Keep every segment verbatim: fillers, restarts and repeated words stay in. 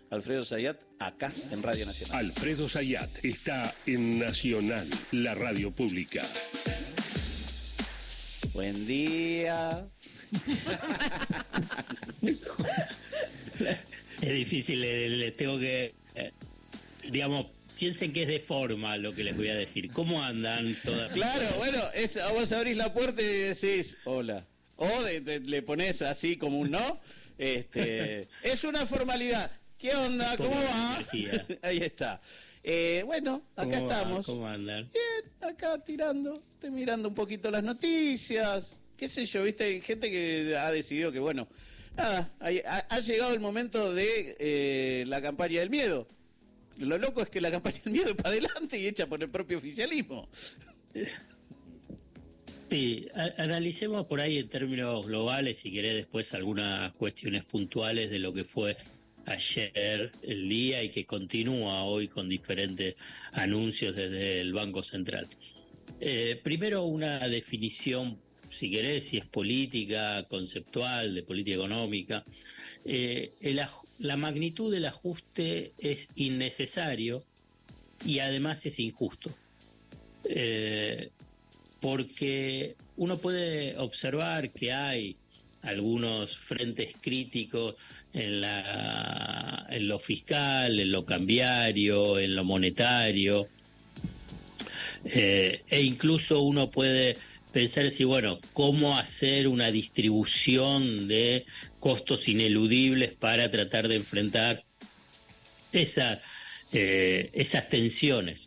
Alfredo Zayat, acá en Radio Nacional. Alfredo Zayat está en Nacional, la radio pública. Buen día. Es difícil, les le tengo que... Eh, digamos, piensen que es de forma lo que les voy a decir. ¿Cómo andan todas? Claro, bueno, es, vos abrís la puerta y decís, hola. O de, de, le pones así como un no. Este, es una formalidad. ¿Qué onda? ¿Cómo va? Ahí está. Eh, bueno, acá ¿Cómo estamos. Va? ¿Cómo andan? Bien, acá tirando, estoy mirando un poquito las noticias. ¿Qué sé yo? Viste, hay gente que ha decidido que, bueno, nada, ha, ha llegado el momento de eh, la campaña del miedo. Lo loco es que la campaña del miedo es para adelante y hecha por el propio oficialismo. Sí, a, analicemos por ahí en términos globales, si querés después algunas cuestiones puntuales de lo que fue ayer el día y que continúa hoy con diferentes anuncios desde el Banco Central. Eh, primero una definición, si querés, si es política, conceptual, de política económica. Eh, el, la magnitud del ajuste es innecesario y además es injusto. Eh, porque uno puede observar que hay algunos frentes críticos en, la, en lo fiscal, en lo cambiario, en lo monetario, eh, e incluso uno puede pensar si, bueno, cómo hacer una distribución de costos ineludibles para tratar de enfrentar esa, eh, esas tensiones.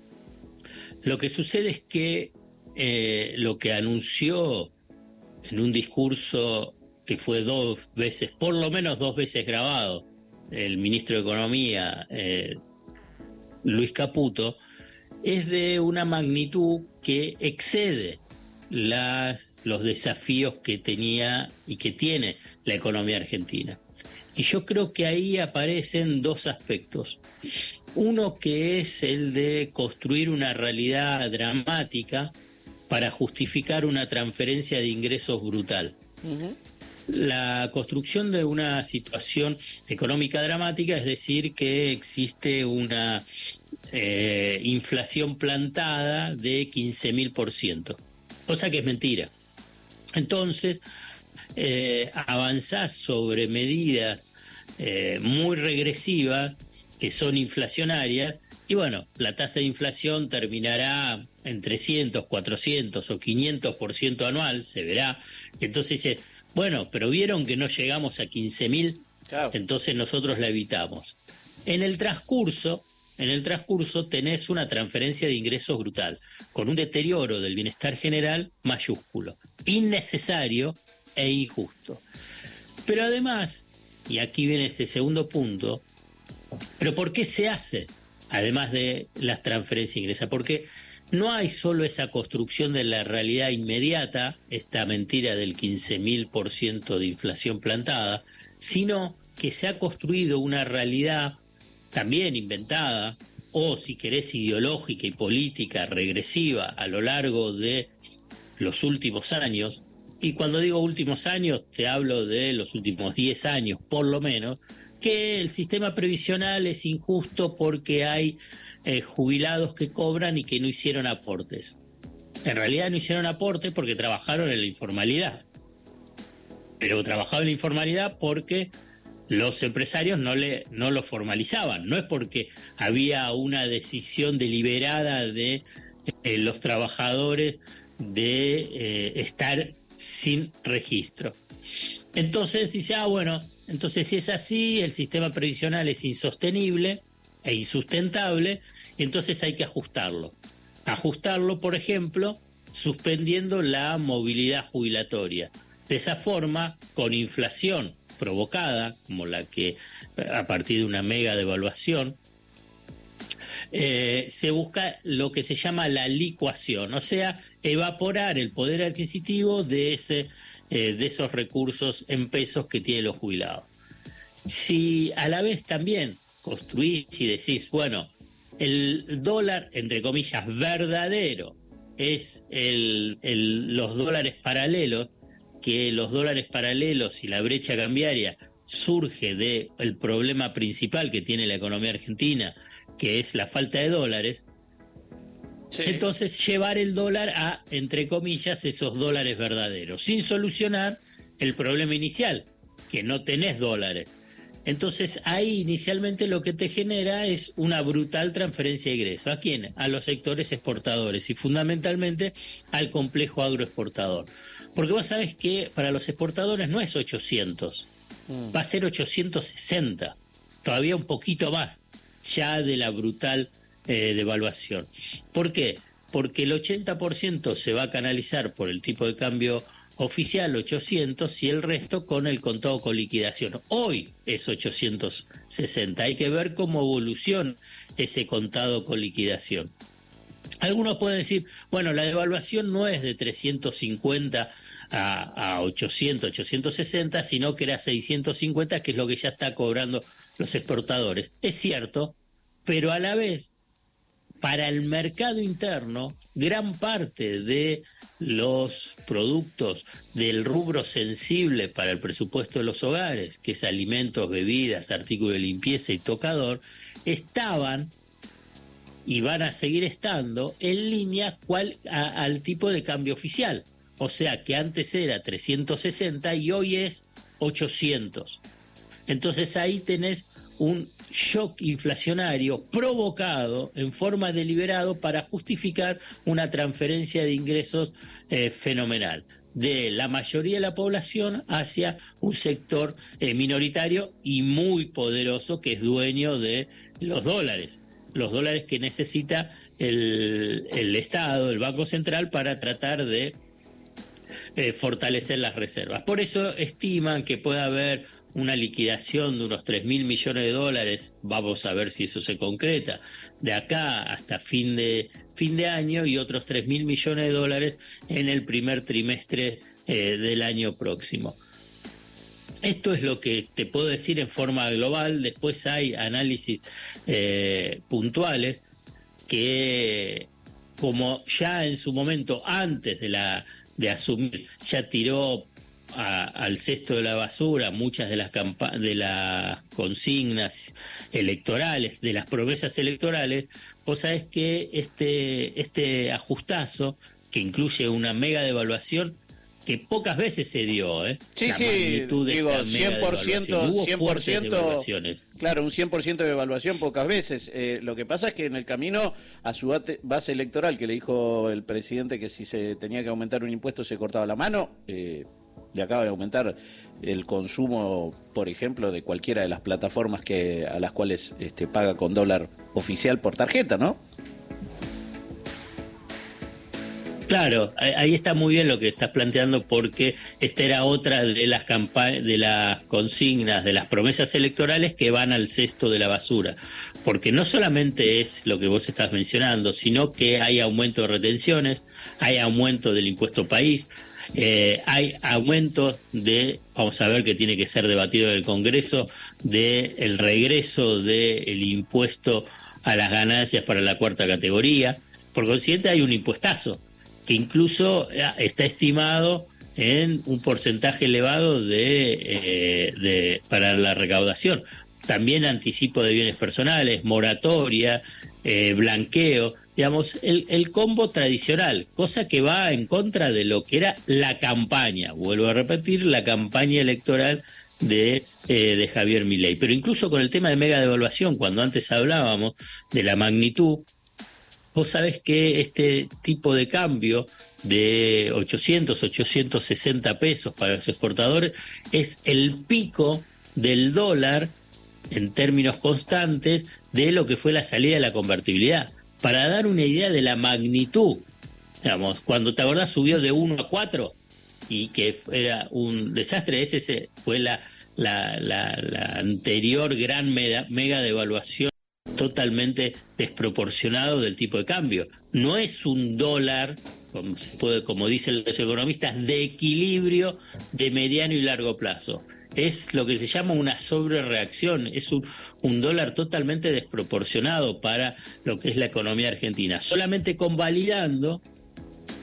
Lo que sucede es que eh, lo que anunció en un discurso que fue dos veces, por lo menos dos veces grabado, el ministro de Economía, eh, Luis Caputo, es de una magnitud que excede las, los desafíos que tenía y que tiene la economía argentina. Y yo creo que ahí aparecen dos aspectos. Uno que es el de construir una realidad dramática para justificar una transferencia de ingresos brutal. Uh-huh. La construcción de una situación económica dramática, es decir, que existe una eh, inflación plantada de quince mil por ciento, cosa que es mentira. Entonces, eh, avanzás sobre medidas eh, muy regresivas que son inflacionarias, y bueno, la tasa de inflación terminará en trescientos, cuatrocientos o quinientos por ciento anual, se verá. Entonces dice, bueno, pero vieron que no llegamos a quince mil, claro. Entonces nosotros la evitamos. En el transcurso, en el transcurso tenés una transferencia de ingresos brutal, con un deterioro del bienestar general mayúsculo, innecesario e injusto. Pero además, y aquí viene ese segundo punto, ¿pero por qué se hace? Además de las transferencias de ingresos, porque no hay solo esa construcción de la realidad inmediata, esta mentira del quince mil por ciento de inflación plantada, sino que se ha construido una realidad también inventada, o si querés ideológica y política regresiva a lo largo de los últimos años, y cuando digo últimos años te hablo de los últimos diez años por lo menos, que el sistema previsional es injusto porque hay eh, jubilados que cobran y que no hicieron aportes. En realidad no hicieron aportes porque trabajaron en la informalidad. Pero trabajaban en la informalidad porque los empresarios no, le, no lo formalizaban. No es porque había una decisión deliberada de eh, los trabajadores de eh, estar sin registro. Entonces dice, ah, bueno, entonces si es así, el sistema previsional es insostenible e insustentable, entonces hay que ajustarlo. Ajustarlo, por ejemplo, suspendiendo la movilidad jubilatoria. De esa forma, con inflación provocada, como la que a partir de una mega devaluación, eh, se busca lo que se llama la licuación, o sea, evaporar el poder adquisitivo de ese eh, de esos recursos en pesos que tienen los jubilados. Si a la vez también construís y decís, bueno, el dólar, entre comillas, verdadero, es el, el, los dólares paralelos, que los dólares paralelos y la brecha cambiaria surge del problema principal que tiene la economía argentina, que es la falta de dólares, sí. Entonces llevar el dólar a, entre comillas, esos dólares verdaderos, sin solucionar el problema inicial, que no tenés dólares. Entonces ahí inicialmente lo que te genera es una brutal transferencia de ingresos. ¿A quién? A los sectores exportadores y fundamentalmente al complejo agroexportador. Porque vos sabés que para los exportadores no es ochocientos, mm. va a ser ochocientos sesenta, todavía un poquito más ya de la brutal eh, devaluación. ¿Por qué? Porque el ochenta por ciento se va a canalizar por el tipo de cambio oficial, ochocientos, y el resto con el contado con liquidación. Hoy es ochocientos sesenta. Hay que ver cómo evoluciona ese contado con liquidación. Algunos pueden decir, bueno, la devaluación no es de trescientos cincuenta a, a ochocientos, ochocientos sesenta, sino que era seiscientos cincuenta, que es lo que ya está cobrando los exportadores. Es cierto, pero a la vez, para el mercado interno, gran parte de los productos del rubro sensible para el presupuesto de los hogares, que es alimentos, bebidas, artículos de limpieza y tocador, estaban y van a seguir estando en línea cual, a, al tipo de cambio oficial. O sea que antes era trescientos sesenta y hoy es ochocientos. Entonces ahí tenés un shock inflacionario provocado en forma deliberado para justificar una transferencia de ingresos eh, fenomenal de la mayoría de la población hacia un sector eh, minoritario y muy poderoso que es dueño de los dólares, los dólares que necesita el, el Estado, el Banco Central, para tratar de eh, fortalecer las reservas. Por eso estiman que puede haber una liquidación de unos tres mil millones de dólares, vamos a ver si eso se concreta, de acá hasta fin de, fin de año, y otros tres mil millones de dólares en el primer trimestre eh, del año próximo. Esto es lo que te puedo decir en forma global. Después hay análisis eh, puntuales que, como ya en su momento, antes de, la, de asumir, ya tiró A, al cesto de la basura muchas de las campa- de las consignas electorales, de las promesas electorales. Vos sabés que este, este ajustazo, que incluye una mega devaluación, que pocas veces se dio, ¿eh? Sí, la sí, magnitud de digo, esta mega cien por ciento, devaluación. Hubo cien por ciento, fuertes devaluaciones. Claro, un cien por ciento de evaluación pocas veces. Eh, lo que pasa es que en el camino a su bate, base electoral, que le dijo el presidente que si se tenía que aumentar un impuesto se cortaba la mano, eh, le acaba de aumentar el consumo, por ejemplo, de cualquiera de las plataformas que a las cuales este, paga con dólar oficial por tarjeta, ¿no? Claro, ahí está muy bien lo que estás planteando, porque esta era otra de las campa- de las consignas, de las promesas electorales que van al cesto de la basura, porque no solamente es lo que vos estás mencionando, sino que hay aumento de retenciones, hay aumento del impuesto país, eh, hay aumento de, vamos a ver que tiene que ser debatido en el Congreso, de el regreso del impuesto a las ganancias para la cuarta categoría. Por consiguiente hay un impuestazo que incluso está estimado en un porcentaje elevado de, eh, de para la recaudación. También anticipo de bienes personales, moratoria, eh, blanqueo, digamos, el, el combo tradicional, cosa que va en contra de lo que era la campaña, vuelvo a repetir, la campaña electoral de, eh, de Javier Milei. Pero incluso con el tema de mega devaluación, cuando antes hablábamos de la magnitud, vos sabés que este tipo de cambio de ochocientos, ochocientos sesenta pesos para los exportadores es el pico del dólar en términos constantes de lo que fue la salida de la convertibilidad. Para dar una idea de la magnitud, digamos, cuando te acordás subió de uno a cuatro y que era un desastre, ese fue la, la, la, la anterior gran mega, mega devaluación totalmente desproporcionado del tipo de cambio. No es un dólar, como, se puede, como dicen los economistas, de equilibrio de mediano y largo plazo. Es lo que se llama una sobrereacción, es un, un dólar totalmente desproporcionado para lo que es la economía argentina. Solamente convalidando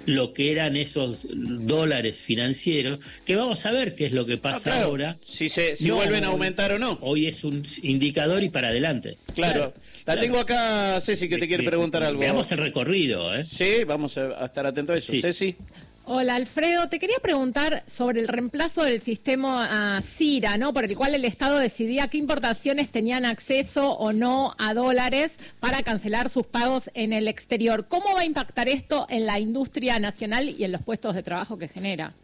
lo que eran esos dólares financieros, que vamos a ver qué es lo que pasa ah, claro. ahora. Si, se, si no, vuelven a aumentar o no. Hoy es un indicador y para adelante. Claro. claro La claro. tengo acá, Ceci, que te quiere preguntar algo. Veamos el recorrido, ¿eh? Sí, vamos a estar atentos a eso. Sí. Ceci. Hola, Alfredo. Te quería preguntar sobre el reemplazo del sistema uh, CIRA, ¿no? Por el cual el Estado decidía qué importaciones tenían acceso o no a dólares para cancelar sus pagos en el exterior. ¿Cómo va a impactar esto en la industria nacional y en los puestos de trabajo que genera?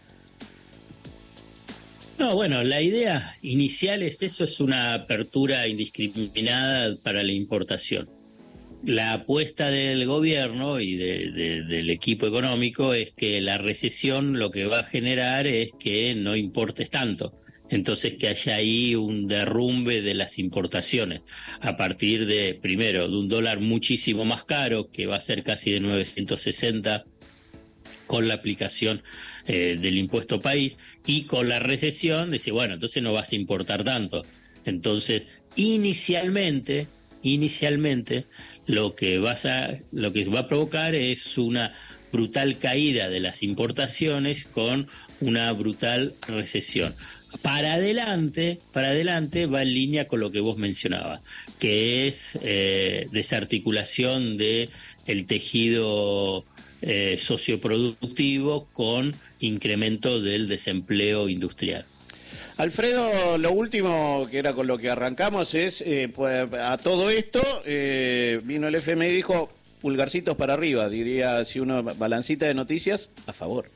No, bueno, la idea inicial es eso, es una apertura indiscriminada para la importación. La apuesta del gobierno y de, de, del equipo económico es que la recesión lo que va a generar es que no importes tanto. Entonces que haya ahí un derrumbe de las importaciones a partir de, primero, de un dólar muchísimo más caro, que va a ser casi de novecientos sesenta con la aplicación eh, del impuesto país, y con la recesión, dice, bueno, entonces no vas a importar tanto. Entonces, inicialmente, inicialmente, lo que vas a, lo que va a provocar es una brutal caída de las importaciones con una brutal recesión. Para adelante, para adelante va en línea con lo que vos mencionabas, que es eh, desarticulación de el tejido eh, socioproductivo con incremento del desempleo industrial. Alfredo, lo último que era con lo que arrancamos es, eh, pues, a todo esto eh, vino el F M I y dijo, pulgarcitos para arriba, diría si uno balancita de noticias, a favor.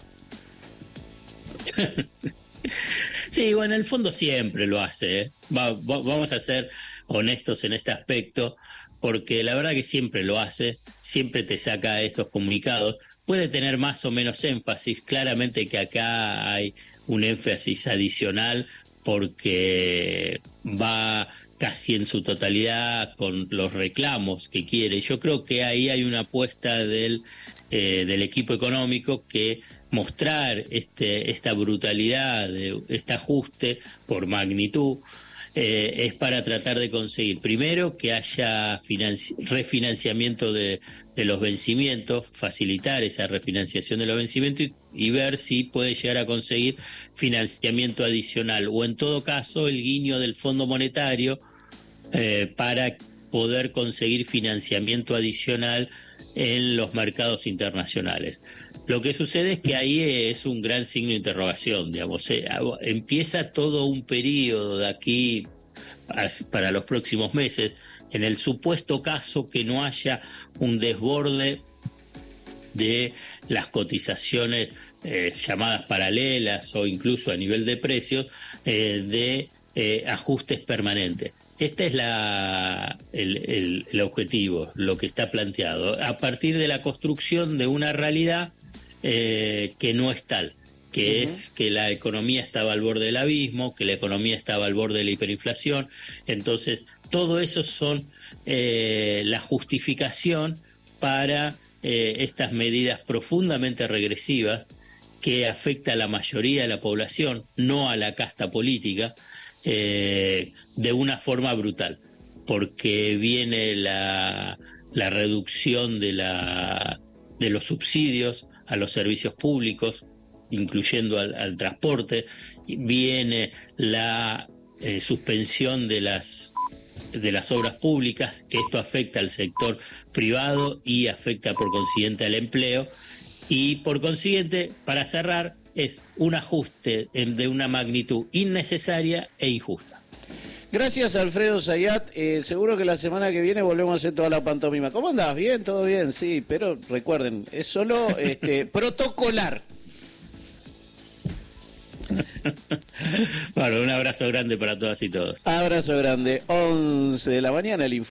Sí, bueno, en el fondo siempre lo hace, ¿eh? Va, va, vamos a ser honestos en este aspecto, porque la verdad que siempre lo hace, siempre te saca estos comunicados, puede tener más o menos énfasis, claramente que acá hay un énfasis adicional porque va casi en su totalidad con los reclamos que quiere. Yo creo que ahí hay una apuesta del, eh, del equipo económico que mostrar este, esta brutalidad, de este ajuste por magnitud, eh, es para tratar de conseguir, primero, que haya financi- refinanciamiento de, de los vencimientos, facilitar esa refinanciación de los vencimientos y, y ver si puede llegar a conseguir financiamiento adicional o, en todo caso, el guiño del Fondo Monetario eh, para poder conseguir financiamiento adicional en los mercados internacionales. Lo que sucede es que ahí es un gran signo de interrogación, digamos. Eh, empieza todo un periodo de aquí para los próximos meses, en el supuesto caso que no haya un desborde de las cotizaciones eh, llamadas paralelas o incluso a nivel de precios, eh, de eh, ajustes permanentes. Este es la, el, el, el objetivo, lo que está planteado, a partir de la construcción de una realidad eh, que no es tal, que uh-huh. es que la economía estaba al borde del abismo, que la economía estaba al borde de la hiperinflación. Entonces, todo eso son eh, la justificación para eh, estas medidas profundamente regresivas que afecta a la mayoría de la población, no a la casta política, Eh, de una forma brutal, porque viene la, la reducción de, la, de los subsidios a los servicios públicos, incluyendo al, al transporte, viene la eh, suspensión de las, de las obras públicas, que esto afecta al sector privado y afecta por consiguiente al empleo, y por consiguiente, para cerrar, es un ajuste de una magnitud innecesaria e injusta. Gracias, Alfredo Zayat. Eh, seguro que la semana que viene volvemos a hacer toda la pantomima. ¿Cómo andás? ¿Bien? ¿Todo bien? Sí, pero recuerden, es solo este, protocolar. Bueno, un abrazo grande para todas y todos. Abrazo grande. once de la mañana, el